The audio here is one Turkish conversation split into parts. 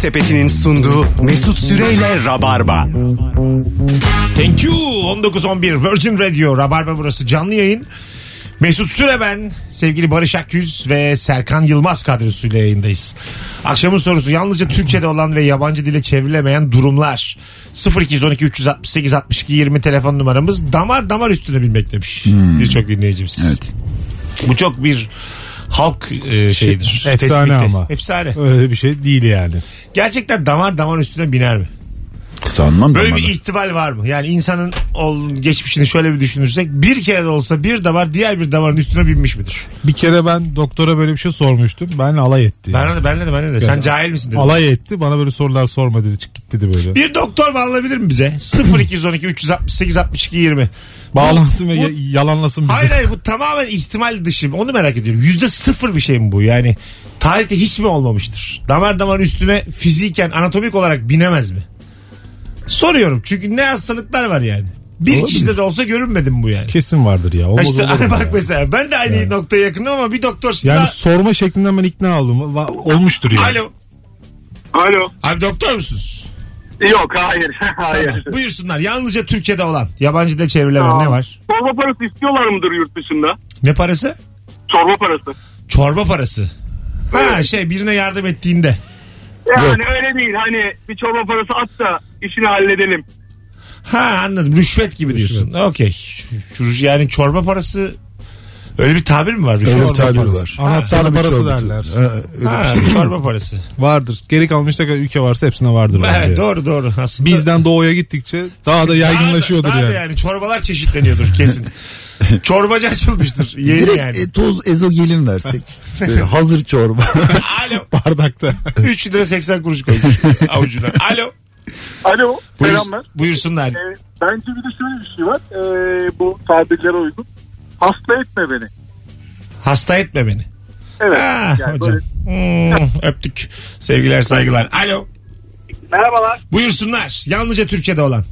Sepeti'nin sunduğu Mesut Süreyle Rabarba. Thank you. 19.11 Virgin Radio Rabarba, burası canlı yayın. Mesut Süre ben, sevgili Barış Akyüz ve Serkan Yılmaz kadrosuyla yayındayız. Akşamın sorusu: yalnızca Türkçe'de olan ve yabancı dile çevrilemeyen durumlar. 0212 368 62 20 telefon numaramız. Damar üstüne bilmek demiş birçok dinleyicimiz. Evet. Bu çok bir halk şeyidir. Efsane Tespitte. ama. Efsane. Öyle bir şey değil yani. Gerçekten damar üstüne biner mi? Sanmam. Böyle bir ihtimal var mı? Yani insanın geçmişini şöyle bir düşünürsek, bir kere de olsa bir damar diğer bir damarın üstüne binmiş midir? Bir kere ben doktora böyle bir şey sormuştum. Benle alay etti. Yani. Ben de. Sen cahil misin dedim. Alay etti. Bana böyle sorular sorma dedi. Çık git dedi böyle. Bir doktor bağlanabilir mi bize? 0212 368 62 20. Bağlansın ve yalanlasın bizi. Hayır, bu tamamen ihtimal dışı. Onu merak ediyorum. %0 bir şey mi bu? Yani tarihte hiç mi olmamıştır? Damarın üstüne fiziken, anatomik olarak binemez mi? Soruyorum çünkü ne hastalıklar var yani. Bir olabilir. Kişide de olsa görünmedim bu yani. Kesin vardır ya. Olmaz İşte olur bak ya. mesela ben de aynı noktaya yakınım ama bir doktor Yani daha... sorma şeklinden ben ikna oldum. Olmuştur yani. Alo. Abi doktor musunuz? Yok, hayır. Hayır. Tamam. Buyursunlar. Yalnızca Türkçe'de olan, yabancıda çevrilemeyen ne var? Çorba parası istiyorlar mıdır yurt dışında? Ne parası? Çorba parası. Çorba parası. Ha birine yardım ettiğinde. Yani öyle değil. Hani bir çorba parası at da işini halledelim. Ha, anladım. Rüşvet gibi diyorsun. Okey. Yani çorba parası, öyle bir tabir mi var? Öyle bir tabir var. Anahtar parası derler. Öyle bir şey. Çorba parası. Vardır. Geri kalmış da ülke varsa hepsine vardır. Evet, doğru. Aslında Bizden doğuya gittikçe daha da yaygınlaşıyordur daha da yani. yani çorbalar çeşitleniyordur kesin. Çorbacı açılmıştır. Yeni Direkt yani. toz ezogelin versek. Böyle hazır çorba. Alo. Bardakta. 3 lira 80 kuruş koymuş avucuna. Alo. Alo. Selamlar. Buyursunlar. Bence bir de şöyle bir şey var. Bu tabirlere uygun. Hasta etme beni. Hasta etme beni. Evet. Yani hocam. Öptük. Sevgiler, saygılar. Alo. Merhabalar. Buyursunlar. Yalnızca Türkçe'de olan.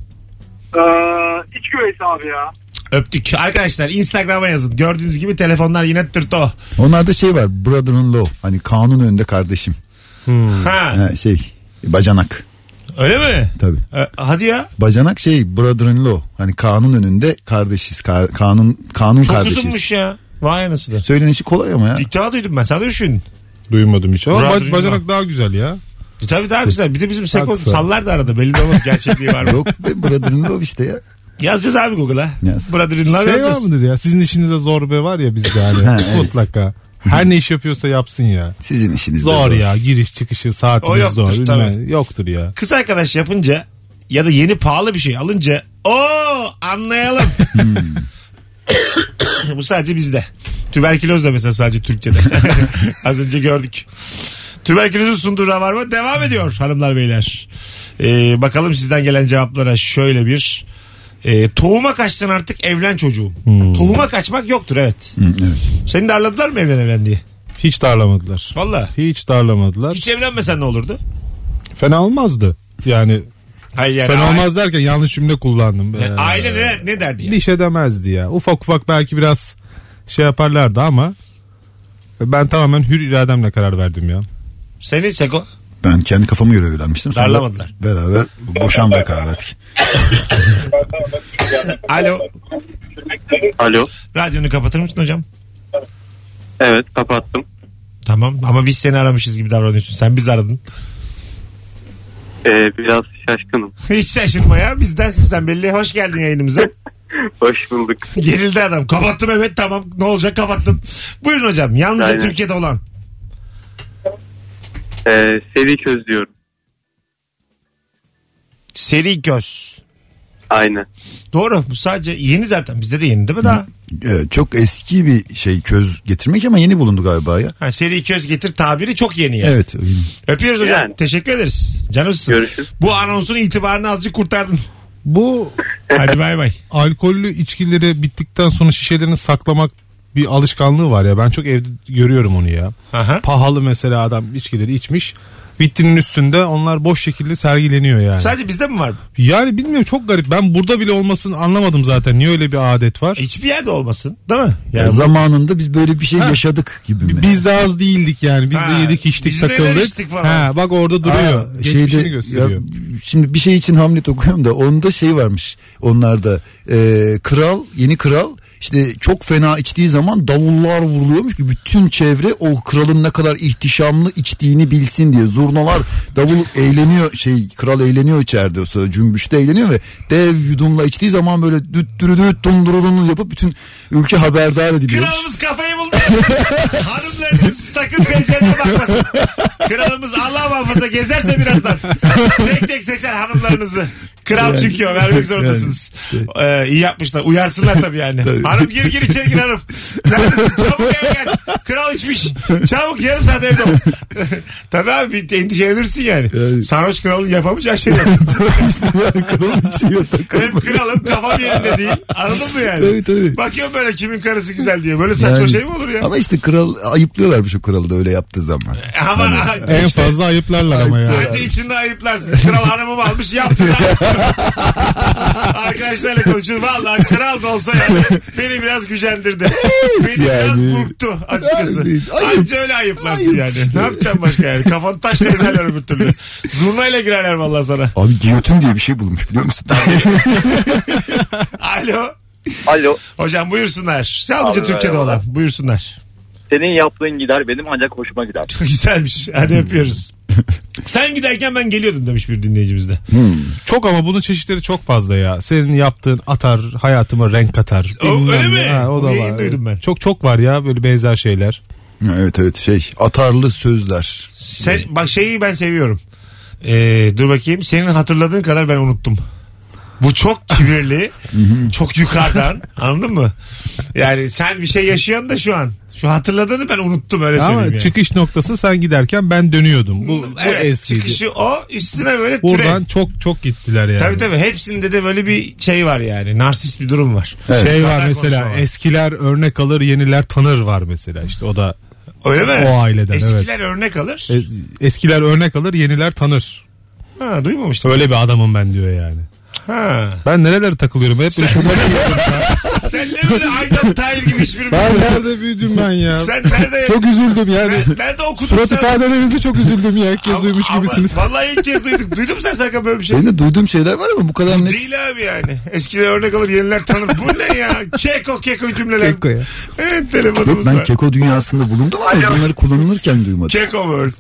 İç güveysi abi ya. Öptük. Arkadaşlar Instagram'a yazın. Gördüğünüz gibi telefonlar yine tırto. Onlarda şey var. Brother-in-law. Hani kanun önünde kardeşim. Ha. Bacanak. Öyle mi? Tabii. Hadi ya. Bacanak brother-in-law. Hani kanun önünde kardeşiz. Kanun Çok kardeşiz. uzunmuş ya. Vay anasını. Söylenişi kolay ama ya. İlk defa duydum ben. Sen de düşün. Duymadım hiç. Ama Brother-in-law. bacanak daha güzel ya. Tabii daha güzel. Bir de bizim Seko Haklısın. sallar da arada. Belli de olmaz gerçekliği var mı? Yok be, brother-in-law işte ya. Yazacağız abi Google'a. Yaz. Brother-in-law Şey var yazacağız. mıdır ya? Sizin işinizde zor be var ya bizde hani. Ha, evet. Mutlaka. Her ne iş yapıyorsa yapsın ya. Sizin işiniz Zor ya. Giriş çıkışı O saatiniz yoktur, zor. tabii. Yoktur ya. Kız arkadaş yapınca ya da yeni pahalı bir şey alınca anlayalım. Bu sadece bizde. Tüberküloz da mesela sadece Türkçe'de. Az önce gördük. Tüberkülozun sunduğu Rabarba devam ediyor hanımlar beyler. Bakalım sizden gelen cevaplara. Şöyle bir tohuma kaçsan artık evlen çocuğum. Tohuma kaçmak yoktur, evet. Evet. Seni darladılar mı evlen diye? Hiç darlamadılar. Valla. Hiç darlamadılar. Hiç evlenmesen ne olurdu? Fena olmazdı. Yani Hayır yani fena olmaz derken yanlış cümle kullandım. Yani aile ne derdi ya? Bir şey demezdi ya. Ufak belki biraz şey yaparlardı ama ben tamamen hür irademle karar verdim ya. Seni Seko? Ben kendi kafamı göre evlenmiştim. Sonra Darlamadılar. beraber boşanmaya karar verdik. Alo. Alo. Radyonu kapatır mısın hocam? Evet, kapattım. Tamam ama biz seni aramışız gibi davranıyorsun. Sen bizi aradın. Biraz şaşkınım. Hiç şaşırma ya. Bizdensin sen belli. Hoş geldin yayınımıza. Hoş bulduk. Gerildi adam. Kapattım, evet tamam. Ne olacak, kapattım. Buyurun hocam. Yalnızca Aynen. Türkiye'de olan. Seri köz diyorum. Seri köz. Aynen. Doğru. Bu sadece yeni zaten. Bizde de yeni değil mi daha? Çok eski bir köz getirmek ama yeni bulundu galiba ya. Ha, seri köz getir tabiri çok yeni yani. Evet. Öpüyoruz hocam. Yani. Teşekkür ederiz. Canımsın. Görüşürüz. Bu anonsun itibarını azıcık kurtardın. Bu Hadi bay bay. alkollü içkileri bittikten sonra şişelerini saklamak bir alışkanlığı var ya. Ben çok evde görüyorum onu ya. Aha. Pahalı mesela adam içkileri içmiş. Vitrinin üstünde onlar boş şekilde sergileniyor yani. Sadece bizde mi var bu? Yani bilmiyorum, çok garip. Ben burada bile olmasını anlamadım zaten. Niye öyle bir adet var? Hiçbir yerde olmasın değil mi? Yani zamanında biz böyle bir şey yaşadık gibi mi? Biz de az değildik yani. Biz de yedik içtik biz de takıldık. içtik falan. Bak orada duruyor. Geçmişini gösteriyor. Şimdi bir şey için Hamlet okuyorum da onda şey varmış onlarda, yeni kral işte çok fena içtiği zaman davullar vuruluyormuş ki bütün çevre o kralın ne kadar ihtişamlı içtiğini bilsin diye. Zurnalar, davul eğleniyor, kral eğleniyor içeride, o sırada cümbüşte eğleniyor ve dev yudumla içtiği zaman böyle düt dürüdüt dundurulunu yapıp bütün ülke haberdar ediliyor. Kralımız kafayı buldu. Hanımlarınız sakın pencereye bakmasın. Kralımız Allah muhafaza gezerse birazdan tek tek seçer hanımlarınızı. Kral çünkü o, vermek zorundasınız. İyi yapmışlar. Uyarsınlar tabii yani. Tabii. Hanım gir içeri gir hanım. Neredesin? Çabuk eve gel. Kral içmiş. Çabuk yarım saat evde ol. Tabii abi bir endişelenirsin yani. Sarhoş kralın yapamayacağı şey yok. Kral içiyor. Hem kralım kafam yerinde değil. Anladın mı yani? Tabii. Bakıyorum böyle kimin karısı güzel diye. Böyle saçma şey mi olur ya? Ama işte kral ayıplıyorlarmış o kralı da öyle yaptığı zaman. Aman en fazla ayıplarlar ama ya. Hadi içinde ayıplarsın. Kral hanımımı almış yaptı. Arkadaşlarla konuşuyor. Vallahi kral da olsa yani beni biraz gücendirdi. Beni biraz burktu açıkçası. Anca öyle ayıplarsın yani. Ne yapacağım başka yani? Kafanı taşla ezerler öbür türlü. Zurnayla girerler vallahi sana. Abi giyotin diye bir şey bulmuş biliyor musun? Alo. Hocam buyursunlar. Sadece Türkçe'de olan. Buyursunlar. Senin yaptığın gider benim ancak hoşuma gider. Güzelmiş. Hadi öpüyoruz. Sen giderken ben geliyordum demiş bir dinleyicimiz de. Çok ama bunun çeşitleri çok fazla ya. Senin yaptığın atar, hayatıma renk katar. Öyle mi? O da var. Duydum ben. Çok var ya böyle benzer şeyler. Evet atarlı sözler. Bak şeyi ben seviyorum. Dur bakayım, senin hatırladığın kadar ben unuttum. Bu çok kibirli, çok yukarıdan, anladın mı? Yani sen bir şey yaşıyorsun da şu an. Şu hatırladığını ben unuttum, öyle söyleyeyim. Ama yani. Çıkış noktası sen giderken ben dönüyordum. Bu eskiydi. Çıkışı o, üstüne böyle türe. Buradan çok gittiler yani. Tabii hepsinde de böyle bir şey var yani. Narsist bir durum var. Evet. Şey var mesela, eskiler örnek alır yeniler tanır var mesela, işte o da. Öyle mi? O aileden. Eskiler örnek alır. Eskiler örnek alır yeniler tanır. Ha, duymamıştım. Öyle bir adamım ben diyor yani. Ha. Ben nerelere takılıyorum hep böyle şunları sen ne böyle Aydan Tahir gibi hiçbir. Ben nerede büyüdüm ben ya? Sen nerede? Çok üzüldüm yani. Ben de okudum. Surat ifadelerinizi çok üzüldüm ya. İlk kez duymuş gibisiniz. Vallahi ilk kez duyduk. Duydun mu sen Serkan böyle bir şey? Benim de duyduğum şeyler var ama bu kadar net. Değil abi yani. Eskiler örnek alır yeniler tanır. Bu ne ya? Keko cümleler. Keko ya. Evet, telefonumuz ben var. Keko dünyasında bulundum ama bunları kullanılırken duymadım. Keko World.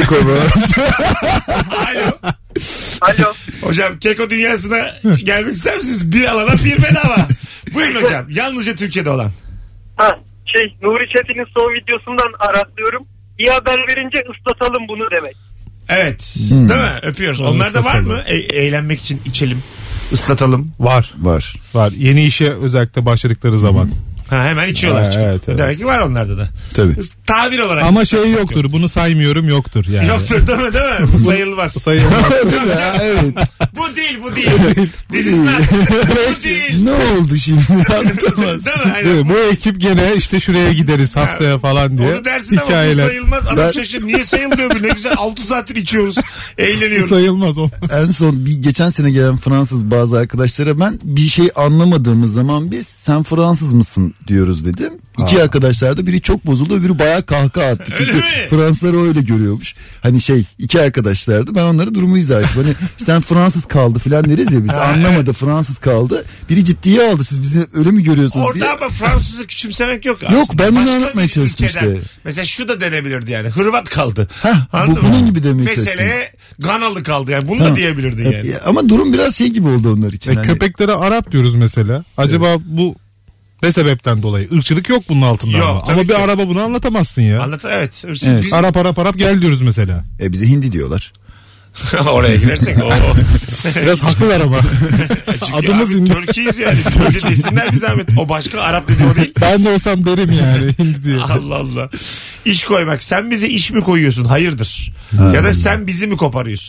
Alo. Hocam Keko dünyasına gelmek ister misiniz? Bir alana bir bedava. Buyurun hocam. Yalnızca Türkçe'de olan. Nuri Çetin'in son videosundan aratlıyorum. İyi haber verince ıslatalım bunu demek. Evet. Değil mi? Öpüyoruz. Onlar da var mı? Eğlenmek için içelim, ıslatalım. Var. Yeni işe özellikle başladıkları zaman. Hemen içiyorlar çıkıp. Evet. Demek ki var onlarda da. Tabii. Tabir olarak. Ama şey yoktur. Bunu saymıyorum yoktur yani. Yoktur değil mi? Bu sayılmaz. Evet. Bu değil. This is not. Bu değil. Ne oldu şimdi? Anlatamaz. Değil mi? Bu ekip gene işte şuraya gideriz haftaya falan diye. Onu dersin ama bu sayılmaz. Adam şaşır. Niye sayılmıyor bu? Ne güzel 6 saattir içiyoruz. Eğleniyoruz. Sayılmaz o. En son geçen sene gelen Fransız bazı arkadaşlara ben bir şey anlamadığımız zaman biz sen Fransız mısın diyoruz dedim. İki arkadaşlar da biri çok bozuldu, öbürü bayağı kahkaha attı. Çünkü Fransızlar öyle görüyormuş. Hani iki arkadaşlardı, ben onlara durumu izah ettim. Hani sen Fransız kaldı falan deriz ya biz. Anlamadı, Fransız kaldı. Biri ciddiye aldı, siz bizi öyle mi görüyorsunuz orada diye. ama Fransız'ı küçümsemek yok aslında. Yok, ben bunu Başka anlatmaya çalıştım ülkeden, işte. Mesela şu da denebilirdi yani. Hırvat kaldı. Bunun gibi demeye çalıştım. Meseleye Ganalı kaldı yani. Bunu da diyebilirdi yani. Ama durum biraz şey gibi oldu onlar için. Köpeklere Arap diyoruz mesela. Acaba bu ne sebepten dolayı? Irkçılık yok bunun altında yok, ama bir araba bunu anlatamazsın ya. Evet. Biz... Arap gel diyoruz mesela. Bize hindi diyorlar. Oraya girersek biraz haklılar ama. Adımız hindi. Türkiye'yiz yani. Öyle desinler bir zahmet. O başka, Arap dedi o değil. Ben de olsam derim yani hindi diye. Allah. İş koymak. Sen bize iş mi koyuyorsun? Hayırdır. Ya da sen bizi mi koparıyorsun?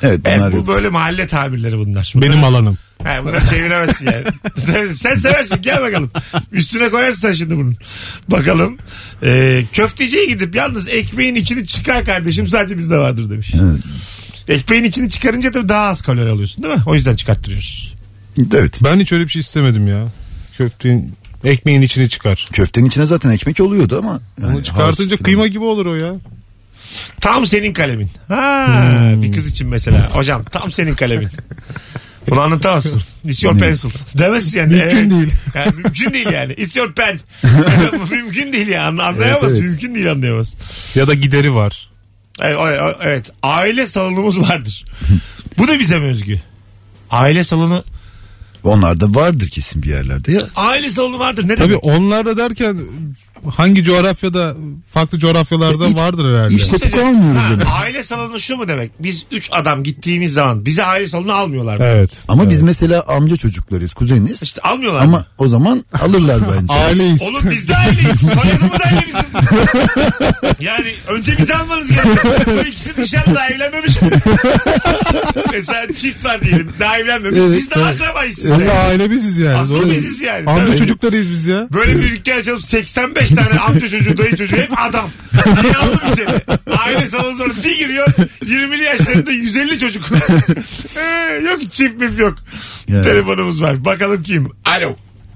Evet, bunlar bu yok. böyle mahalle tabirleri bunlar. Benim alanım. He, bunları çeviremezsin yani. Sen seversin, gel bakalım. Üstüne koyarsın sen şimdi bunun. Bakalım. Köfteciye gidip yalnız ekmeğin içini çıkar kardeşim, sadece bizde vardır demiş. Evet. Ekmeğin içini çıkarınca tabii daha az kalori alıyorsun değil mi? O yüzden çıkarttırıyoruz. Evet. Ben hiç öyle bir şey istemedim ya. Köftenin ekmeğin içini çıkar. Köftenin içine zaten ekmek oluyordu ama. Yani Onu çıkartınca harç kıyma gibi olur o ya. Tam senin kalemin. Bir kız için mesela. Hocam tam senin kalemin. Bunu anlatamazsın. It's your pencil. Demezsin yani. Mümkün değil. Yani mümkün değil yani. It's your pen. Mümkün değil yani. Anlayamaz. Evet, evet. Mümkün değil, anlayamaz. Ya da gideri var. Evet. Aile salonumuz vardır. Bu da bize mi özgü? Aile salonu. Onlar da vardır kesin bir yerlerde ya. Aile salonu vardır. Ne Tabii demek? onlar da derken hangi coğrafyada, farklı coğrafyalarda İç- vardır herhalde. İç kopuk almıyoruz demek. Aile salonu şu mu demek? Biz 3 adam gittiğimiz zaman bizi aile salonu almıyorlar mı? Evet. Ama evet. biz mesela amca çocuklarıyız, kuzeniz. İşte almıyorlar mı? Ama o zaman alırlar bence. Aileyiz. Oğlum biz de aileyiz. Soyadımız aile bizim. Yani önce bizi almanız gerekiyor. Bu ikisi dışarıda evlenmemiş. Mesela çift var diyelim. Daha evlenmemiş. Evet, Biz de evet. akrabayız Biz size. aile yani. Aslında Doğru. biziz yani. Amca Tabii. çocuklarıyız biz ya. Böyle bir dükkan açalım, 85 tane amca çocuğu, dayı çocuğu hep adam. Niye aldım içeri? Aile salonu sonra bir giriyor 20'li yaşlarında 150 çocuk. Yok çift mif yok. Ya. Telefonumuz var. Bakalım kim? Alo.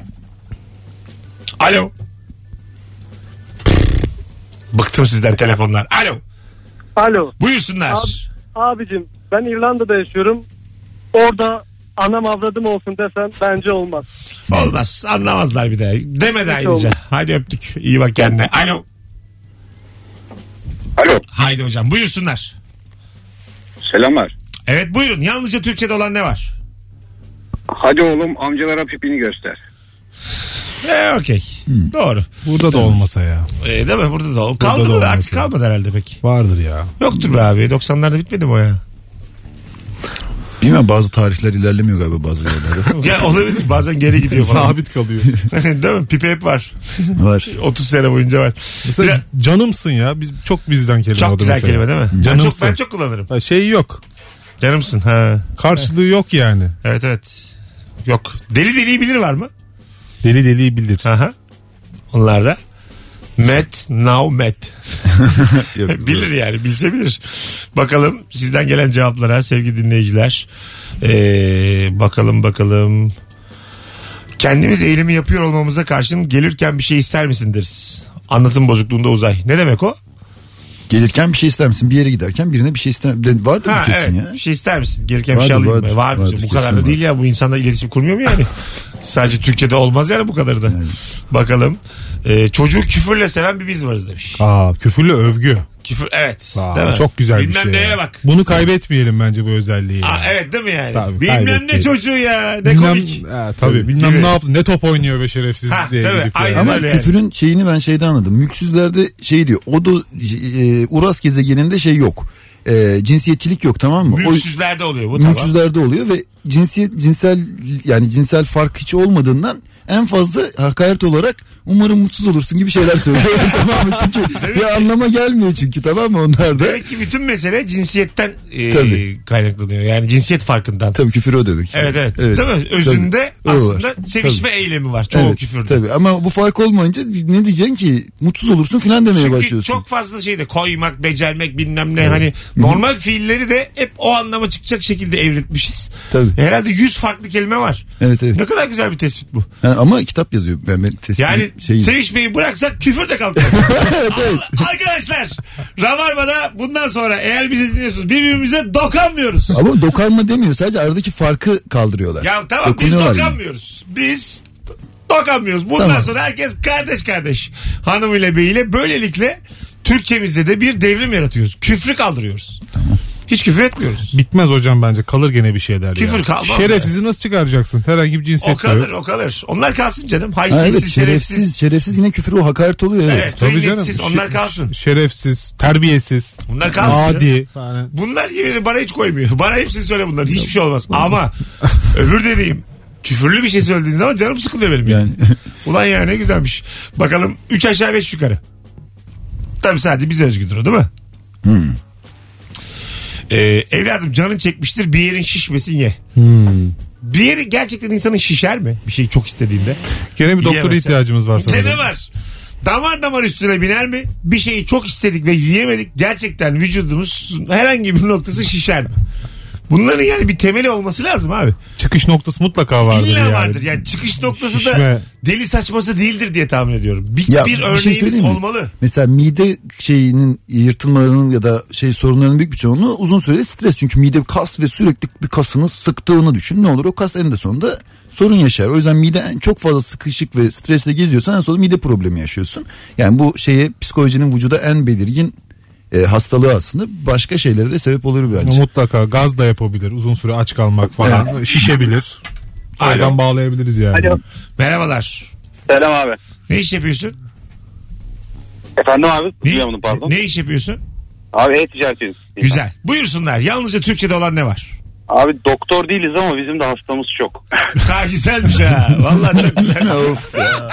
Alo. Bıktım sizden telefonlar. Alo. Alo. Buyursunlar. Abicim ben İrlanda'da yaşıyorum. Orada anam avradım olsun desen bence olmaz. Olmaz. Anlamazlar bir daha. Deme de ayrıca. olmaz. Hadi öptük. İyi bak kendine. Alo. Alo. Haydi hocam buyursunlar. Selamlar. Evet buyurun. Yalnızca Türkçe'de olan ne var? Hadi oğlum amcalara pipini göster. Okey. Doğru. Burada da olmasa ya. Değil mi? Burada da. da Kaldı mı? olmaz Artık ya. kalmadı herhalde peki. Vardır ya. Yoktur be abi. 90'larda bitmedi mi o ya? Bilmiyorum, bazı tarihler ilerlemiyor galiba bazı yerlerde. Ya olabilir. Bazen geri gidiyor falan. Sabit kalıyor. Değil mi? Pipe hep var. Var. 30 sene boyunca var. Mesela canımsın ya. Çok bizden kelime Çok oldu güzel mesela. kelime değil mi? Canımsın. Ben çok kullanırım. Ha, şey yok. Canımsın. Ha. Karşılığı yok yani. Evet evet. Yok. Deli deliyi bilir var mı? Deli deliyi bilir. Aha. Onlar da. Met, now met. Yok, Bilir yani, bilse bilir. Bakalım sizden gelen cevaplara sevgili dinleyiciler. Bakalım. Kendimiz eylemi yapıyor olmamıza karşın gelirken bir şey ister misin deriz. Anlatım bozukluğunda Uzay. Ne demek o? Gelirken bir şey ister misin? Bir yere giderken birine bir şey ister. Vardır Ha, kesin evet. ya. Bir şey ister misin? Gelirken bir şey Vardır, alayım vardır. mı? Vardır. Vardır, Bu kadar kesin da değil ya. Bu insanla iletişim kurmuyor mu yani? Sadece Türkçe'de olmaz yani bu kadarı da. Yani. Bakalım. Çocuğu küfürle seven bir biz varız demiş. Küfürlü övgü. Küfür evet. Aa, değil mi? çok güzel bir Bilmem şey. neye ya. bak. Bunu kaybetmeyelim bence bu özelliği. Evet değil mi yani? Tabii, Bilmem ne kaybetmeyelim. çocuğu ya. Ne komik. Tabii bilmem Gibi. ne yaptı. Ne top oynuyor be şerefsiz Ha, diye. tabii, gidip aynen. yani. Ama öyle küfürün şeyini ben şeyde anladım. Mülksüzlerde şey diyor. O da Uras gezegeninde şey yok. Cinsiyetçilik yok, tamam mı? Mülksüzlerde oluyor bu O tamam. mülksüzlerde oluyor ve cinsel fark hiç olmadığından en fazla hakaret olarak umarım mutsuz olursun gibi şeyler söylüyor. Tamam mı? Çünkü bir anlama gelmiyor çünkü, tamam mı onlarda? Demek ki bütün mesele cinsiyetten Tabii. kaynaklanıyor. Yani cinsiyet farkından. Tabii küfür o demek. Evet. Değil mi? Özünde Tabii. O aslında var. sevişme eylemi var. Çoğu Evet, küfürde. tabii. Ama bu fark olmayınca ne diyeceksin ki? Mutsuz olursun filan demeye Çünkü başlıyorsun. çok fazla şeyde koymak, becermek bilmem ne hani normal fiilleri de hep o anlama çıkacak şekilde evrilmişiz. Tabii. Herhalde 100 farklı kelime var. Evet. Ne kadar güzel bir tespit bu. Ama kitap yazıyor. Ben tespit Yani sevişmeyi bıraksak küfür de kalkar. Arkadaşlar Rabarba'da bundan sonra eğer bizi dinliyorsunuz birbirimize dokanmıyoruz. Ama dokanma demiyor. Sadece aradaki farkı kaldırıyorlar. Ya tamam biz Dokunuyorlar dokanmıyoruz. Biz dokanmıyoruz. Bundan Tamam. sonra herkes kardeş. Hanımıyla beyiyle böylelikle Türkçemizde de bir devrim yaratıyoruz. Küfrü kaldırıyoruz. Tamam. Hiç küfür etmiyoruz. Bitmez hocam bence. Kalır gene bir şeyler. Küfür kalmaz. Şerefsizi nasıl çıkaracaksın? Herhangi bir cinsiyet O kalır. Onlar kalsın canım. Ha, Haysiyetsiz, evet, şerefsiz. şerefsiz yine küfür, o hakaret oluyor. Evet. Evet, rengetsiz, onlar kalsın. Şerefsiz, terbiyesiz, Bunlar kalsın. adi. Bunlar gibi bana hiç koymuyor. Bana hepsini söyle bunların. Hiçbir şey olmaz. Ama öbür dediğim küfürlü bir şey söylediğin zaman canım sıkılıyor benim. Yani. Ulan ya ne güzelmiş. Bakalım 3 aşağı 5 yukarı. Tabii sadece bize özgüdür o değil mi? Evladım canın çekmiştir, bir yerin şişmesin ye. Bir yeri gerçekten insanın şişer mi? Bir şeyi çok istediğinde. Gene bir doktora Yiyemezsen. ihtiyacımız var sanırım. Gene var. Damar üstüne biner mi? Bir şeyi çok istedik ve yiyemedik. Gerçekten vücudumuz herhangi bir noktası şişer mi? Bunların yani bir temeli olması lazım abi. Çıkış noktası mutlaka vardır. İlla yani. vardır. Yani çıkış noktası Şişme. da deli saçması değildir diye tahmin ediyorum. Bir Ya, örneğiniz söyleyeyim mi? olmalı. Mesela mide şeyinin yırtılmalarının ya da sorunlarının büyük bir çoğunluğu uzun süreli stres. Çünkü mide kas ve sürekli bir kasını sıktığını düşün. Ne olur o kas en de sonunda sorun yaşar. O yüzden mide çok fazla sıkışık ve stresle geziyorsan en sonunda mide problemi yaşıyorsun. Yani bu psikolojinin vücuda en belirgin hastalığı aslında, başka şeylere de sebep olur bence. Mutlaka gaz da yapabilir. Uzun süre aç kalmak falan. Şişebilir. Oradan Alo. bağlayabiliriz yani. Alo. Merhabalar. Selam abi. Ne iş yapıyorsun? Efendim abi. Ne, Duyamadım pardon. ne iş yapıyorsun? Abi e-ticaret. Güzel. Buyursunlar. Yalnızca Türkçe'de olan ne var? Abi doktor değiliz ama bizim de hastamız çok. Ha, güzelmiş ha. Vallahi çok güzel. Of ya.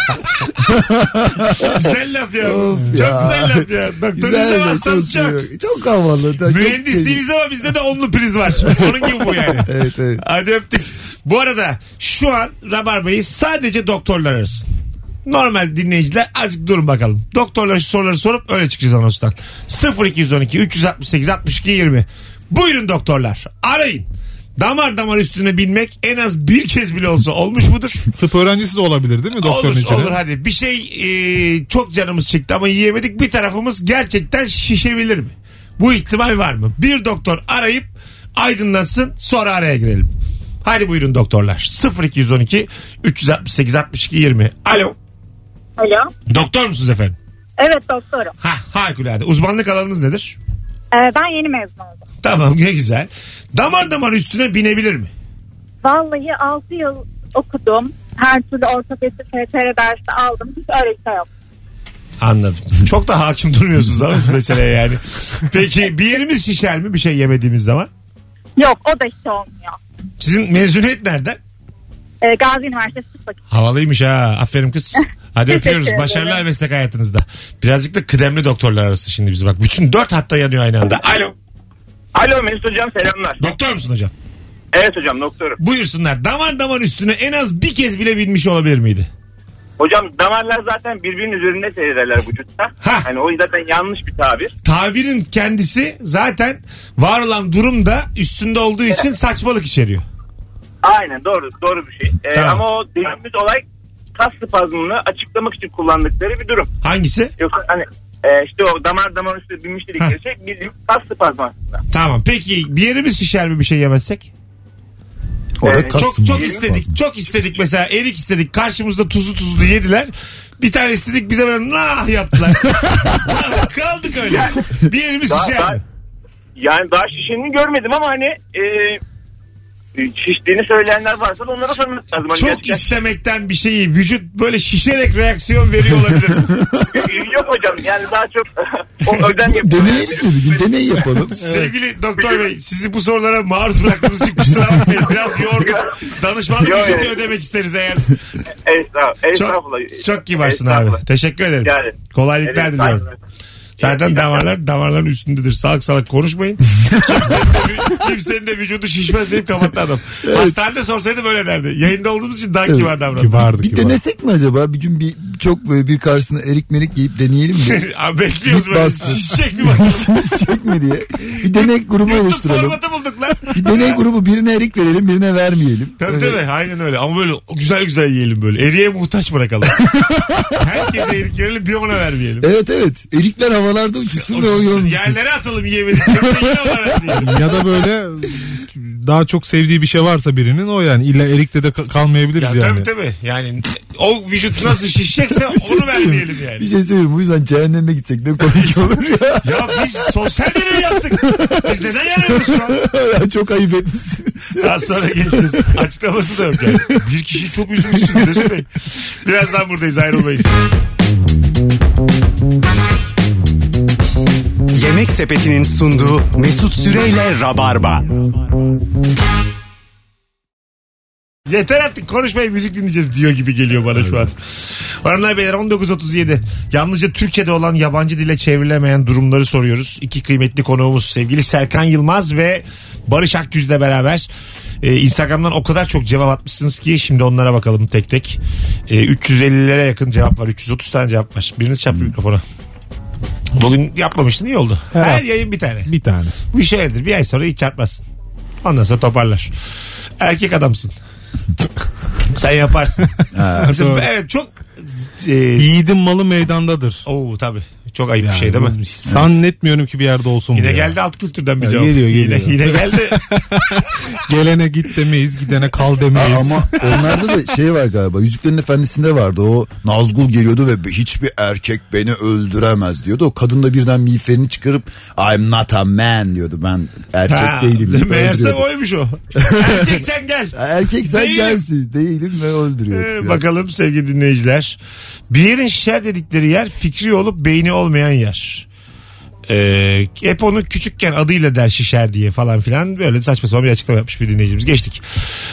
Güzel laf ya. Of Çok ya. güzel laf ya. Doktor Güzel değiliz ama de hastamız çok. çok havalı. da Mühendis çok... değiliz ama bizde de onlu priz var. Onun gibi bu yani. Evet. Hadi öptük. Bu arada şu an Rabarba'yı sadece doktorlar arasın. Normal dinleyiciler azıcık durun bakalım. Doktorlar şu soruları sorup öyle çıkacağız anonstan. 0212 368 62 20. Buyurun doktorlar. Arayın. Damar üstüne binmek en az bir kez bile olsa olmuş mudur? Tıp öğrencisi de olabilir değil mi doktorun içine? Olur hadi. Bir şey çok canımız çekti ama yiyemedik. Bir tarafımız gerçekten şişebilir mi? Bu ihtimal var mı? Bir doktor arayıp aydınlatsın, sonra araya girelim. Hadi buyurun doktorlar. 0212 368 62 20. Alo. Alo. Doktor musunuz efendim? Evet doktorum. Harikulade. Uzmanlık alanınız nedir? Ben yeni mezun oldum. Tamam, ne güzel. Damar üstüne binebilir mi? Vallahi 6 yıl okudum. Her türlü ortopedi, FTR dersi aldım. Hiç öyle bir şey yok. Anladım. Çok da hakim durmuyorsunuz ama meseleye yani. Peki bir yerimiz şişer mi bir şey yemediğimiz zaman? Yok, o da hiç olmuyor. Sizin mezuniyet nereden? Gazi Üniversitesi Tıp Fakültesi. Havalıymış ha. Aferin kız. Hadi Teşekkür öpüyoruz. ederim. Başarılar meslek hayatınızda. Birazcık da kıdemli doktorlar arası şimdi bizi bak. Bütün 4 hatta yanıyor aynı anda. Alo. Alo Mesut hocam selamlar. Doktor musun hocam? Evet hocam doktorum. Buyursunlar. Damar üstüne en az bir kez bile binmiş olabilir miydi? Hocam damarlar zaten birbirinin üzerinde seyrederler vücutta. Hani o zaten yanlış bir tabir. Tabirin kendisi zaten var olan durumda üstünde olduğu için saçmalık içeriyor. Aynen doğru bir şey. Tamam. Ama o dediğimiz olay kas spazmını açıklamak için kullandıkları bir durum. Hangisi? Yoksa hani işte o damar üstüne binmiş dedikleri şey bizim kas spazmı aslında. Tamam. Peki bir yerimiz şişer mi bir şey yemezsek? Orada Çok istedik mesela, erik istedik, karşımızda tuzlu yediler. Bir tane istedik, bize böyle nah yaptılar. Kaldık öyle. Bir yerimiz şişer mi? Yani daha şişeni görmedim ama hani şiştiğini söyleyenler varsa da onlara sormak lazım. Hani Çok gerçekten... istemekten bir şeyi vücut böyle şişerek reaksiyon veriyor olabilir. Yok hocam yani daha çok o ödem yapıyor. Deneyelim mi bir gün? Deney yapalım. Sevgili doktor bey, sizi bu sorulara maruz bıraktığımız için kusura bakmayın. Biraz yorduk. Danışmanlık ücreti ödemek isteriz eğer. Estağfurullah. Çok kibarsın abi. Teşekkür ederim. Yani. Kolaylıklar diliyorum. Zaten damarların üstündedir. Salak konuşmayın. Kimsenin de vücudu şişmez deyip kapattı adam. Evet. Hastanede sorsaydı böyle derdi. Yayında olduğumuz için daha kibar davrandı. Bir denesek mi acaba? Bir gün çok böyle bir karşısına erik merik giyip deneyelim mi? Abi bekliyoruz böyle. Şişecek mi bakalım? Şişecek mi diye. Bir deney grubu oluşturalım. YouTube formatı bulduk lan. Bir deney grubu, birine erik verelim, birine vermeyelim. Tabii. Aynen öyle. Ama böyle güzel yiyelim böyle. Eriğe muhtaç bırakalım. Herkese erik verelim, bir ona vermeyelim. Evet. Erikler havalarda uçuşsun ve o yolun. Yerlere atalım yiyemedik. Ya da böyle daha çok sevdiği bir şey varsa birinin o yani. İlla erikte de kalmayabiliriz ya yani. Tabii. Yani o vücut nasıl şişecekse onu vermeyelim yani. Bir şey söyleyeyim. Bu yüzden cehenneme gitsek ne komik olur ya. Ya biz sosyal deney yaptık. Biz neden yanıyoruz şu an? Ya çok ayıp etmişsiniz. Daha sonra geleceğiz. Açıklaması da yok yani. Bir kişi çok üzmüşsün Mesut Bey. Birazdan buradayız, ayrılmayın. Yemek Sepeti'nin sunduğu Mesut Süreyle Rabarba. Yeter artık konuşmayın, müzik dinleyeceğiz diyor gibi geliyor bana şu an. Hanımlar beyler, 19.37. Yalnızca Türkiye'de olan yabancı dile çevrilemeyen durumları soruyoruz. İki kıymetli konuğumuz sevgili Serkan Yılmaz ve Barış Akgüz'le beraber. Instagram'dan o kadar çok cevap atmışsınız ki şimdi onlara bakalım tek tek. 350'lere yakın cevap var. 330 tane cevap var. Biriniz çarptı mikrofona. Bugün yapmamıştın, iyi oldu. Her yayın bir tane. Bir tane. Bu iş öyledir. Bir ay sonra hiç çarpmazsın. Ondan sonra toparlar. Erkek adamsın. Sen yaparsın. Evet, çok yiğidin malı meydandadır. Oo tabii. Çok ayıp bir şey değil mi? Zannetmiyorum ki bir yerde olsun. Yine geldi alt kültürden bir cevap. Geliyor. Yine geldi. Gelene git demeyiz, gidene kal demeyiz. Ama onlarda da şey var galiba. Yüzüklerin Efendisi'nde vardı. O Nazgul geliyordu ve hiçbir erkek beni öldüremez diyordu. O kadın da birden miğferini çıkarıp I'm not a man diyordu. Ben erkek değilim. Meğerse oymuş o. Erkek sen gel. Erkek sen Değilim. gelsin. Değilim ve öldürüyor. Bakalım sevgili dinleyiciler. Bir yerin şişer dedikleri yer fikri olup beyni olmayan yer. Hep onu küçükken adıyla der şişer diye falan filan, böyle saçma sapan bir açıklama yapmış bir dinleyicimiz. Geçtik.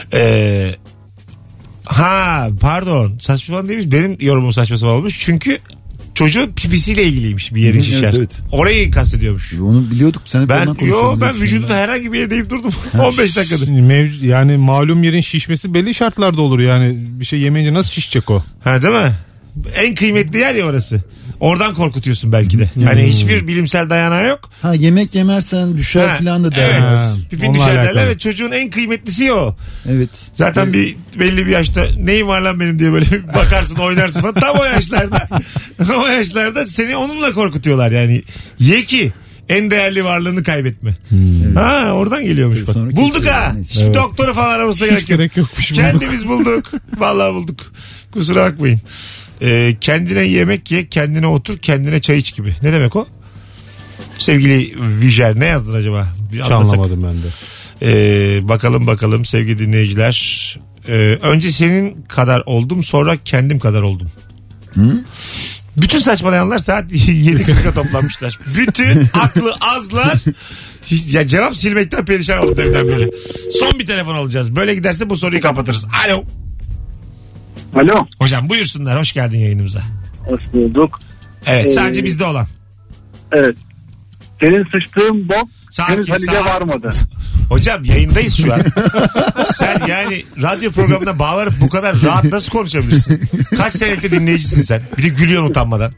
Pardon, saçma sapan değilmiş, benim yorumum saçma sapan olmuş çünkü çocuğun pipisiyle ilgiliymiş bir yerin şişer. Evet. Orayı kastediyormuş. Onu biliyorduk. Sen Ben vücudunda herhangi bir yere deyip durdum. 15 dakikadır. Yani malum yerin şişmesi belli şartlarda olur yani. Bir şey yemeyince nasıl şişecek o? Ha, değil mi? En kıymetli yer ya orası. Oradan korkutuyorsun belki de. Hani hiçbir bilimsel dayanağı yok. Yemek yemezsen düşer falan da derler. Evet. Pipin düşer derler ve çocuğun en kıymetlisi o. Evet. Zaten belli bir yaşta neyim var lan benim diye böyle bakarsın, oynarsın falan. Tam o yaşlarda seni onunla korkutuyorlar yani. Ye ki en değerli varlığını kaybetme. Oradan geliyormuş bak. Bulduk ha. Hiçbir doktoru falan aramızda gerek yokmuş. Kendimiz bulduk. Vallahi bulduk. Kusura bakmayın. Kendine yemek ye, kendine otur, kendine çay iç gibi. Ne demek o? Sevgili Vijer, ne yazdın acaba? Hiç anlamadım ben de. Bakalım sevgili dinleyiciler. Önce senin kadar oldum, sonra kendim kadar oldum. Bütün saçmalayanlar saat 7.40'a toplanmışlar. Bütün aklı azlar ya cevap silmekten perişan oldum deminden beri. Son bir telefon alacağız. Böyle giderse bu soruyu kapatırız. Alo. Alo. Hocam buyursunlar, hoş geldin yayınımıza. Hoş bulduk. Evet, sadece bizde olan. Evet. Senin sıçtığın bok henüz Halil'e varmadı. Hocam yayındayız şu an. Sen yani radyo programına bağlanıp bu kadar rahat nasıl konuşabilirsin? Kaç senelik dinleyicisin sen? Bir de gülüyorsun utanmadan.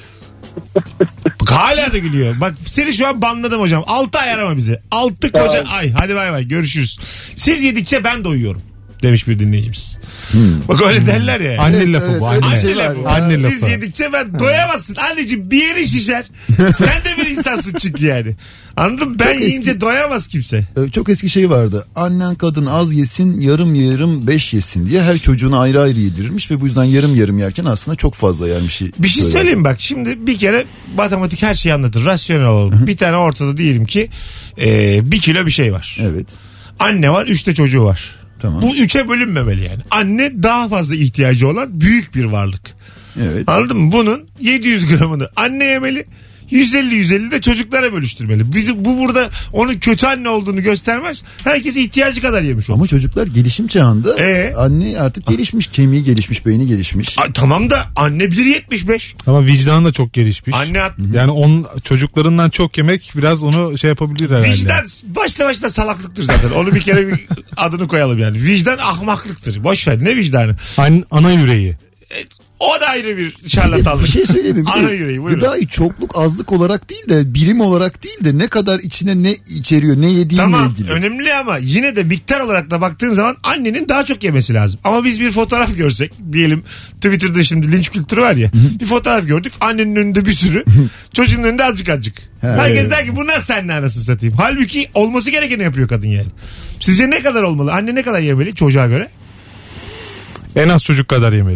Bak, hala da gülüyor. Bak seni şu an banladım hocam. 6 ay arama bizi. 6 koca ay. Hadi bay bay, görüşürüz. Siz yedikçe ben doyuyorum demiş bir dinleyicimiz. Bak öyle derler ya. Anne lafı bu. Anne lafı. Siz yedikçe ben doyamazsın. Anneciğim bir yeri şişer. Sen de bir insansın çünkü yani. Anladın mı? Ben yiyince doyamaz kimse. Çok eski şey vardı. Annen kadın az yesin, yarım 5 yesin diye her çocuğuna ayrı ayrı yedirirmiş ve bu yüzden yarım yerken aslında çok fazla yermiş. Bir şey söyleyeyim bak. Şimdi bir kere matematik her şeyi anlatır. Rasyonel olalım. Bir tane ortada diyelim ki 1 kilo bir şey var. Evet. Anne var, 3 de çocuğu var. Tamam. Bu 3'e bölünmemeli yani. Anne daha fazla ihtiyacı olan büyük bir varlık. Evet. Anladın mı? Bunun 700 gramını anne yemeli. 150 de çocuklara bölüştürmeli. Bu burada onun kötü anne olduğunu göstermez. Herkes ihtiyacı kadar yemiş olur. Ama çocuklar gelişim çağında. Anne artık gelişmiş, kemiği gelişmiş, beyni gelişmiş. Tamam da anne 1.75. Ama vicdan da çok gelişmiş. Anne yani çocuklarından çok yemek biraz onu şey yapabilir herhalde. Vicdan başta salaklıktır zaten. Onu bir kere adını koyalım yani. Vicdan ahmaklıktır. Boş ver, ne vicdanı? Ana yüreği. O da ayrı bir şarlatanlık. Bir şey söyleyeyim mi? Ana yüreği, buyurun. Gıdayı çokluk azlık olarak değil de birim olarak değil de ne kadar içine ne içeriyor, ne yediğinle ilgili. Tamam, önemli ama yine de miktar olarak da baktığın zaman annenin daha çok yemesi lazım. Ama biz bir fotoğraf görsek, diyelim Twitter'da şimdi linç kültürü var ya. Bir fotoğraf gördük, annenin önünde bir sürü, çocuğun önünde azıcık. Herkes der ki bu nasıl senin anasını satayım. Halbuki olması gerekeni yapıyor kadın yani. Sizce ne kadar olmalı? Anne ne kadar yemeli çocuğa göre? En az çocuk kadar yemeli.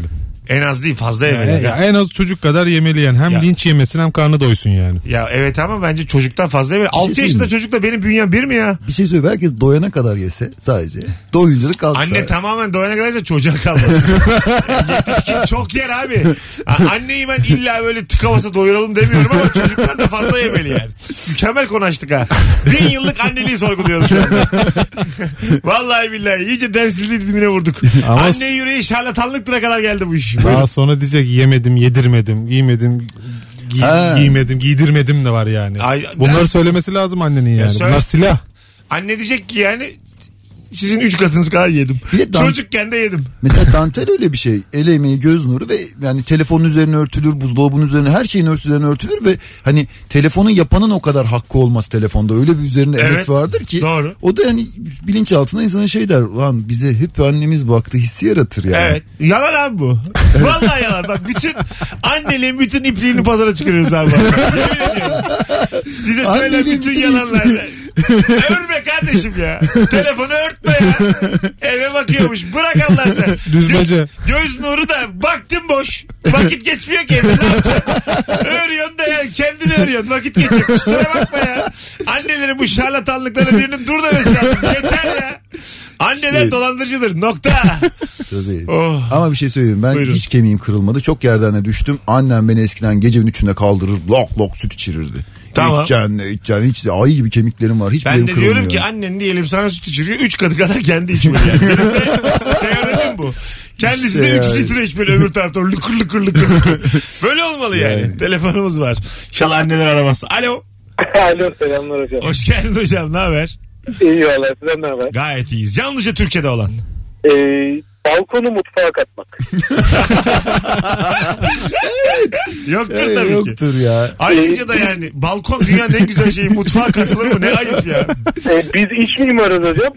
En az değil, fazla yemeli. En az çocuk kadar yemeli yani. Hem linç yemesin hem karnı doysun yani. Ya evet ama bence çocuktan fazla yemeli. 6 yaşında çocukla benim bünyem bir mi ya? Bir şey söyleyeyim, herkes doyana kadar yese sadece. Doyunca da kalsa. Anne tamamen doyana kadar yese çocuğa kalmaz. Yetişkin çok yer abi. Anneyi ben illa böyle tıkavasa doyuralım demiyorum ama çocuktan da fazla yemeli yani. Mükemmel konuştuk ha. 1000 yıllık anneliği sorguluyoruz şu anda. Vallahi billahi iyice densizliği dizimine vurduk. Ama Anne yüreği şarlatanlıklara kadar geldi bu iş. daha sonra diyecek yemedim, yedirmedim, giymedim, giymedim, giydirmedim de var yani. Bunları söylemesi lazım annenin yani. Bunlar silah. Anne diyecek ki yani sizin 3 katınız kadar yedim. Çocukken de yedim. Mesela dantel öyle bir şey. El emeği, göz nuru ve yani telefonun üzerine örtülür, buzdolabının üzerine, her şeyin üzerine örtülür ve hani telefonu yapanın o kadar hakkı olmaz telefonda. Öyle bir üzerine emek vardır ki. Doğru. O da yani bilinçaltına insana şey der. Lan bize hep annemiz baktı hissi yaratır yani. Evet. Yalan abi bu. Vallahi yalan. Bak bütün anneliğin bütün ipliğini pazara çıkarıyoruz abi. Yemin ediyorum. Bize söyle bütün yalanlar. Örme kardeşim ya. Telefonu örtme ya. Eve bakıyormuş. Bırak Allah sen. Düzmece. Göz nuru da baktım boş. Vakit geçmiyor ki evde. Ne yapacaksın? Örüyorsun da yani kendini örüyorsun. Vakit geçiyor. Kusura bakma ya. Annelerin bu şarlatanlıkları birinin dur demesi lazım. Yeter ya. Anneler dolandırıcıdır. Nokta. Tabii. Oh. Ama bir şey söyleyeyim. Ben hiç kemiğim kırılmadı. Çok yerden de düştüm. Annem beni eskiden gecenin 3'ünde kaldırır. Lok lok süt içirirdi. Tamam. İçeceksin. Hiç ayı gibi kemiklerim var. Hiç ben de diyorum ki annen diyelim sana süt içiriyor. 3 katı kadar kendi içmiyor yani. Benim de teorim bu. Kendisi işte de 3 litre iç böyle öbür tarafta lıkır lıkır. Böyle olmalı yani. Telefonumuz var. İnşallah anneler aramaz. Alo. Alo, selamlar hocam. Hoş geldin hocam, ne haber? İyi valla, sizden ne haber? Gayet iyiyiz. Yalnızca Türkçe'de olan. Balkonu mutfağa katmak. Yoktur tabii ki. Yoktur ya. Ayrıca da yani balkon dünyanın en güzel şeyi, mutfağa katılır mı? Ne ayıp ya. Biz iş mimarız hocam.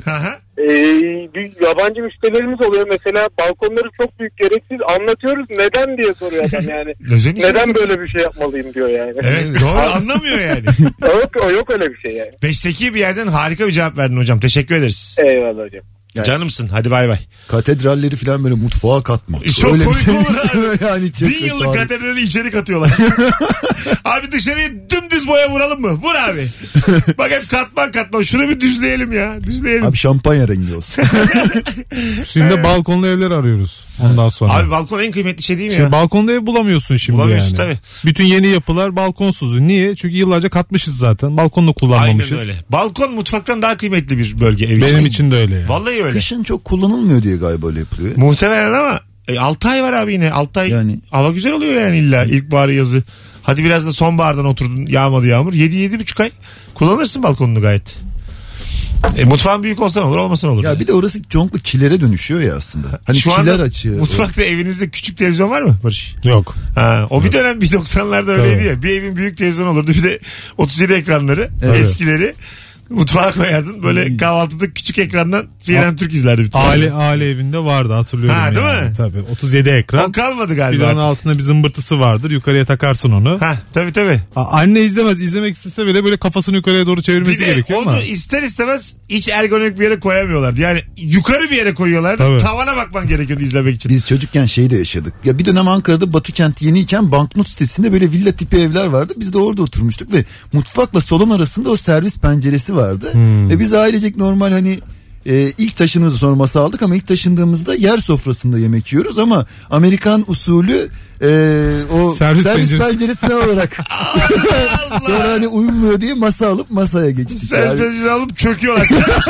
Yabancı müşterilerimiz oluyor mesela, balkonları çok büyük, gereksiz, anlatıyoruz neden diye soruyor adam yani. Neden böyle bir şey yapmalıyım diyor yani. Evet, doğru, anlamıyor yani. Yok öyle bir şey yani. 5'teki bir yerden harika bir cevap verdin hocam, teşekkür ederiz. Eyvallah hocam. Yani, canımsın, hadi bay bay. Katedralleri falan böyle mutfağa katmak. Çok öyle komik olur abi. Yani 1000 yıllık katedrali içeri katıyorlar. Abi dışarıya dümdüz boya vuralım mı? Vur abi. Bak hep katman. Şunu bir düzleyelim ya. Düzleyelim. Abi şampanya rengi olsun. Şimdi balkonlu evler arıyoruz ondan sonra. Abi balkon en kıymetli şey değil mi ya? Balkonlu ev bulamıyorsun şimdi bulamıyorsun, yani. Tabii. Bütün yeni yapılar balkonsuz. Niye? Çünkü yıllarca katmışız zaten. Balkonla kullanmamışız. Aynen öyle. Balkon mutfaktan daha kıymetli bir bölge. Ev benim için de öyle yani. Vallahi öyle. Kışın çok kullanılmıyor diye galiba öyle yapılıyor. Muhtemelen ama 6 ay var abi yine. 6 ay yani, hava güzel oluyor yani illa. İlkbaharı, yazı. Hadi biraz da sonbahardan oturdun, yağmadı yağmur. 7-7,5 ay kullanırsın balkonunu gayet. Mutfağın büyük olsa olur, olmasa olur. Ya yani. Bir de orası çoğunlukla kilere dönüşüyor ya aslında. Hani şu kiler açıyor. Mutfakta evinizde küçük televizyon var mı Barış? Yok. O bir dönem 90'larda öyleydi ya. Bir evin büyük televizyon olurdu. Bir de 37 ekranları, eskileri. Mutfağa koyardın. Böyle kahvaltıda küçük ekrandan CNN Türk izlerdi. Bütün aile evinde vardı, hatırlıyorum. Ha, değil yani. mi? Tabii. 37 ekran. O kalmadı galiba. Bir de onun altında bir zımbırtısı vardır. Yukarıya takarsın onu. Tabii. Anne izlemez. İzlemek istese bile böyle kafasını yukarıya doğru çevirmesi gerekiyor ama. Onu ister istemez hiç ergonomik bir yere koyamıyorlardı. Yani yukarı bir yere koyuyorlardı. Tabii. Tavana bakman gerekiyordu izlemek için. Biz çocukken şeyi de yaşadık. Ya bir dönem Ankara'da Batı kenti yeniyken banknot sitesinde böyle villa tipi evler vardı. Biz de orada oturmuştuk ve mutfakla salon arasında o servis penceresi vardı. Biz ailecek normal hani ilk taşınımızı, sonra masa aldık ama ilk taşındığımızda yer sofrasında yemek yiyoruz ama Amerikan usulü o servis penceresine olarak sonra hani uyumuyor diye masa alıp masaya geçtik. Servis penceresini alıp çöküyorlar.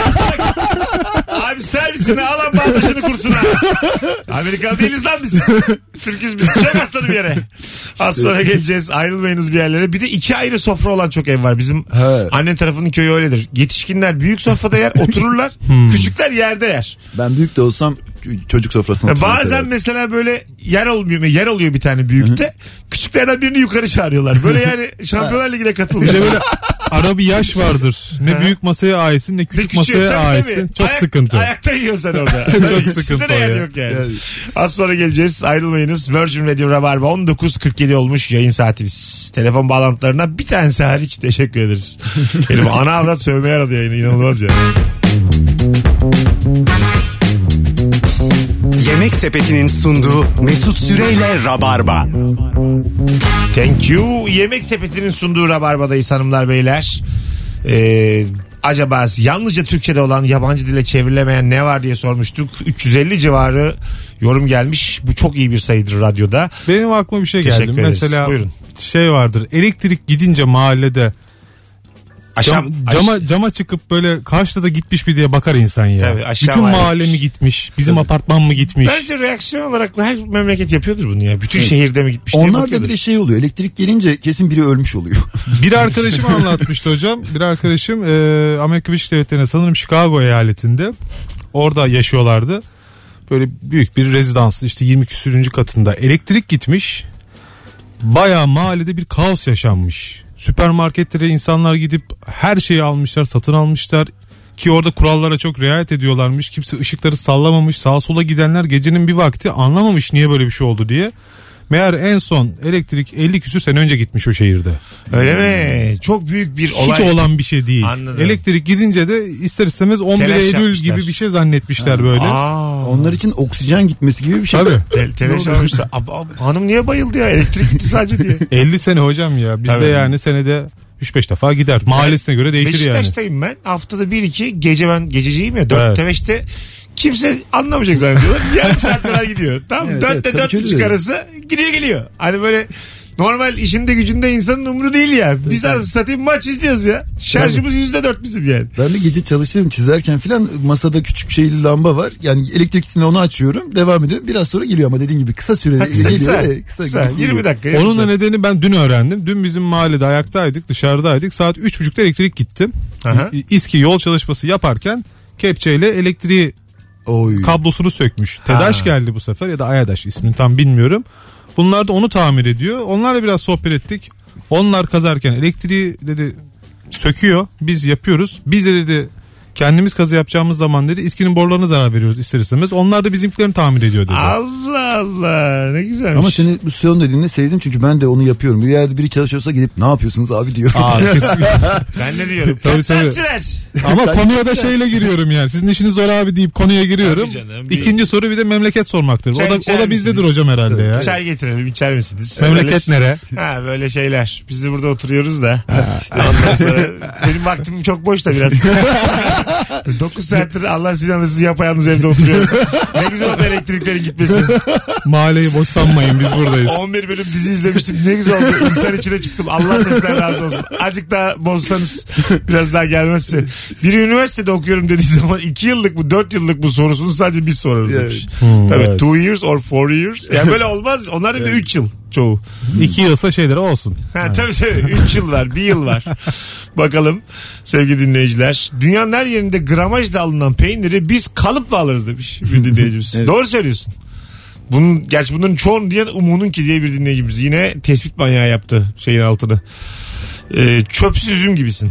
Abi servisini alan bağdaşını kursun ha. Amerikan değiliz lan biz. Türk'üz biz. Çek aslanı bir yere. Az sonra geleceğiz. Ayrılmayınız bir yerlere. Bir de 2 ayrı sofra olan çok ev var. Bizim anne tarafının köyü öyledir. Yetişkinler büyük sofrada yer, otururlar. Küçükler yerde yer. Ben büyük de olsam çocuk sofrasına oturmayı bazen severdim. Mesela böyle yer oluyor bir tane büyükte. Küçüklerden birini yukarı çağırıyorlar. Böyle yani Şampiyonlar Ligi'ne katılmış. Bir de böyle ara bir yaş vardır. Ne büyük masaya aitsin ne küçük masaya aitsin. Çok sıkıntı. Ayakta yiyorsun sen orada. Çok sıkıntı o ya. Yok yani. Az sonra geleceğiz. Ayrılmayınız. Virgin Radio Rabarba 19.47 olmuş yayın saatimiz. Telefon bağlantılarına bir tanesi hariç teşekkür ederiz. Benim ana avrat sövmeye yaradı yayını. İnanılmaz ya. Yemek Sepeti'nin sunduğu Mesut Süreyle Rabarba. Thank you. Yemek Sepeti'nin sunduğu Rabarba'dayız hanımlar beyler. Acaba yalnızca Türkçe'de olan, yabancı dile çevrilemeyen ne var diye sormuştuk. 350 civarı yorum gelmiş. Bu çok iyi bir sayıdır radyoda. Benim aklıma bir şey geldi. Mesela buyurun. Şey vardır. Elektrik gidince mahallede cama çıkıp böyle karşıda da gitmiş bir diye bakar insan ya. Tabii, bütün mahalle mi gitmiş? Bizim apartman mı gitmiş? Bence reaksiyon olarak her memleket yapıyordur bunu ya. Bütün şehirde mi gitmiş? Onlar da bir de şey oluyor. Elektrik gelince kesin biri ölmüş oluyor. Bir arkadaşım anlatmıştı hocam. Bir arkadaşım Amerika Birleşik Devletleri'ne, sanırım Chicago eyaletinde. Orada yaşıyorlardı. Böyle büyük bir rezidans, işte 20 küsürüncü katında. Elektrik gitmiş. Bayağı mahallede bir kaos yaşanmış. Süpermarketlere insanlar gidip her şeyi almışlar, satın almışlar. Ki orada kurallara çok riayet ediyorlarmış. Kimse ışıkları sallamamış. Sağa sola gidenler gecenin bir vakti anlamamış niye böyle bir şey oldu diye. Meğer en son elektrik 50 küsür sene önce gitmiş o şehirde. Öyle mi? Çok büyük bir olay. Hiç olan bir şey değil. Anladım. Elektrik gidince de ister istemez 11 Eylül gibi bir şey zannetmişler böyle. Onlar için oksijen gitmesi gibi bir şey. Tabii. Telaş almışlar. Hanım niye bayıldı ya? Elektrik gitti sadece diye. 50 sene hocam ya. Bizde yani senede 3-5 defa gider. Mahallesine göre değişir yani. Beşiktaş'tayım ben. Haftada 1-2 gece, ben gececiyim ya. 4'te 5'te kimse anlamayacak zannediyorlar. Yarım saat kadar gidiyor. Tamam, evet, 4'te 4.30 arası gidiyor geliyor. Hani böyle normal işinde gücünde insanın umru değil ya. Biz arası satayım maç izliyoruz ya. Şarjımız %4 bizim yani. Ben de gece çalışırım, çizerken filan masada küçük şeyli lamba var. Yani elektrik gittiğinde onu açıyorum, devam ediyorum. Biraz sonra geliyor ama dediğin gibi kısa sürede geliyor. Kısa 20 dakika. Onun da nedeni ben dün öğrendim. Dün bizim mahallede ayaktaydık, dışarıdaydık. Saat 3.30'da elektrik gitti. İSKİ yol çalışması yaparken kepçeyle elektriği kablosunu sökmüş. TEDAŞ geldi bu sefer, ya da AYADAŞ, ismini tam bilmiyorum. Bunlar da onu tamir ediyor. Onlarla biraz sohbet ettik. Onlar kazarken elektriği dedi söküyor. Biz yapıyoruz. Biz de dedi kendimiz kazı yapacağımız zaman dedi İSKİ'nin borularına zarar veriyoruz ister istemez. Onlar da bizimkilerini tamir ediyor dedi. Allah Allah, ne güzelmiş. Ama seni bu son dediğini sevdim, çünkü ben de onu yapıyorum. Bir yerde biri çalışıyorsa gidip ne yapıyorsunuz abi diyorum. Ben ne diyorum? Tabii. Ama konuya da şeyle giriyorum yani. Sizin işiniz zor abi deyip konuya giriyorum. Canım, İkinci soru bir de memleket sormaktır. O da bizdedir hocam herhalde ya. Çay getirelim, içer misiniz? Memleket nere? Böyle şeyler. Biz de burada oturuyoruz da. İşte ondan sonra benim vaktim çok boş da biraz. 9 saattir Allah sizi yapayalnız evde oturuyorum. Ne güzel oldu elektriklerin gitmesi. Mahalleyi boş sanmayın, biz buradayız. 11 bölüm dizi izlemiştim. Ne güzel oldu. İnsan içine çıktım. Allah sizden razı olsun. Azıcık daha bozsanız, biraz daha gelmezse. Biri üniversitede okuyorum dediği zaman 2 yıllık mı 4 yıllık mı sorusunu sadece biz sorarız demiş. Evet. 2 years or 4 years. Yani böyle olmaz. Onlar da 3 yıl çoğu. 2 yılsa şeyleri olsun. Tabii 3 yıl var, 1 yıl var. Bakalım sevgili dinleyiciler. Dünyanın her yerinde gramajla alınan peyniri biz kalıpla alırız demiş bir dinleyicimiz. Evet. Doğru söylüyorsun. Gerçi bunların çoğunu diyen Umu'nunki diye bir dinleyicimiz. Yine tespit manyağı yaptı şeyin altını. Çöpsüz üzüm gibisin.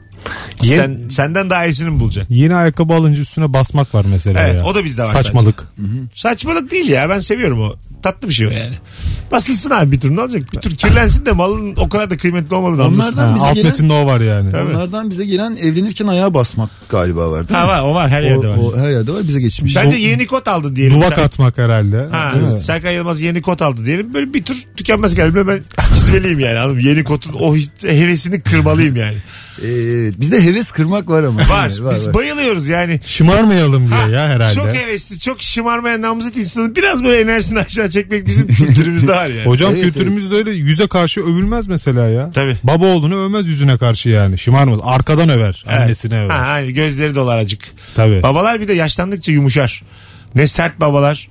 Senden daha iyisini mi bulacak? Yeni ayakkabı alınca üstüne basmak var mesela. Evet, ya. O da bizde var. Saçmalık. Saçmalık değil ya, ben seviyorum o. Tatlı bir şey o yani. Basılsın abi bir tur, ne olacak? Bir tur kirlensin de malın o kadar da kıymetli olmadığını anlasın. Alt metinde o var yani. Tabii. Onlardan bize gelen evlenirken ayağa basmak galiba var değil mi? Var, o var, her yerde var. O her yerde var, bize geçmiş. Bence yeni kot aldı diyelim. Duvak atmak herhalde. Serkan Yılmaz yeni kot aldı diyelim. Böyle bir tur tükenmez galiba, ben çizmeliyim yani. Anladın mı? Yeni kotun o hevesini kırmalıyım yani. Bizde heves kırmak var ama. Var. Biz bayılıyoruz yani. Şımarmayalım diye ya herhalde. Çok hevesli, çok şımarmayan namzet insanın biraz böyle enerjisini aşağı çekmek bizim kültürümüzde var yani. Hocam kültürümüzde öyle yüze karşı övülmez mesela ya. Tabii. Baba oğlunu övmez yüzüne karşı yani. Şımarmaz. Arkadan över. Evet. Annesine över. Hani gözleri dolar acık. Tabii. Babalar bir de yaşlandıkça yumuşar. Ne sert babalar.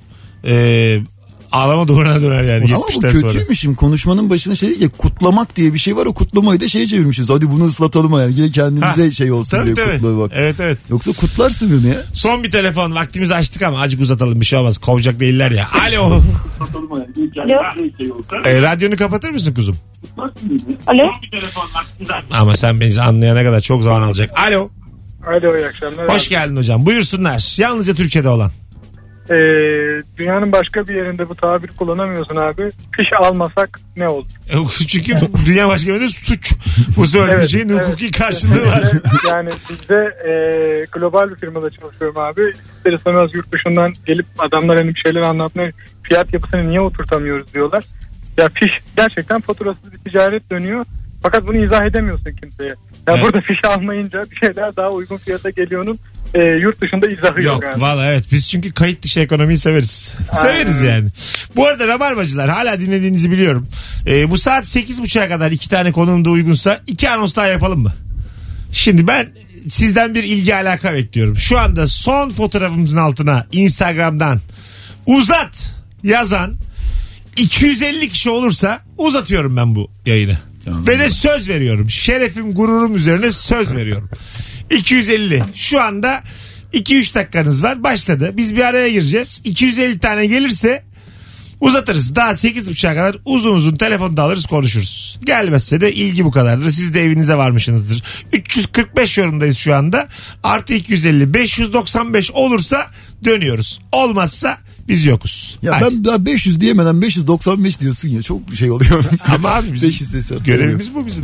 Ağlama doğruna döner yani. Ama bu kötüymüşüm. Konuşmanın başına ya kutlamak diye bir şey var. O kutlamayı da çevirmişiz. Hadi bunu ıslatalım yani. Kendimize şey olsun diye kutlamak. Evet. Yoksa kutlarsın birini ya. Son bir telefon. Vaktimizi açtık ama azıcık uzatalım, bir şey olmaz. Kovacak değiller ya. Alo. Radyonu kapatır mısın kuzum? Alo. Ama sen beni anlayana kadar çok zaman alacak. Alo. Alo, iyi akşamlar. Hoş geldin hocam. Buyursunlar. Yalnızca Türkiye'de olan. dünyanın başka bir yerinde bu tabiri kullanamıyorsun abi. Fiş almasak ne olur? Çünkü dünya başka bir yerinde suç. Bu söylediğin şeyin hukuki karşılığı var. Yani bizde global bir firmada çalışıyorum abi. İster istemez yurt dışından gelip adamlar hani bir şeyler anlatmaya, fiyat yapısını niye oturtamıyoruz diyorlar. Ya fiş gerçekten faturasız bir ticaret dönüyor. Fakat bunu izah edemiyorsun kimseye. Ya burada fiş almayınca bir şeyler daha uygun fiyata geliyor'nun yurt dışında izahı yok. Yok valla evet, biz çünkü kayıt dışı ekonomiyi severiz. Severiz yani. Bu arada Rabarbacılar, hala dinlediğinizi biliyorum. Bu saat 8.30'a kadar 2 tane konuğum da uygunsa 2 anons daha yapalım mı? Şimdi ben sizden bir ilgi alaka bekliyorum. Şu anda son fotoğrafımızın altına Instagram'dan uzat yazan 250 kişi olursa uzatıyorum ben bu yayını. Ve de söz veriyorum. Şerefim, gururum üzerine söz veriyorum. 250. Şu anda 2-3 dakikanız var. Başladı. Biz bir araya gireceğiz. 250 tane gelirse uzatırız. Daha 8.30'a kadar uzun uzun telefonda alırız, konuşuruz. Gelmezse de ilgi bu kadardır. Siz de evinize varmışsınızdır. 345 yorumdayız şu anda. Artı 250. 595 olursa dönüyoruz. Olmazsa biz yokuz. Ya ben daha 500 diyemeden 595 diyorsun ya, çok şey oluyor. Ama abi bizim görevimiz bu bizim.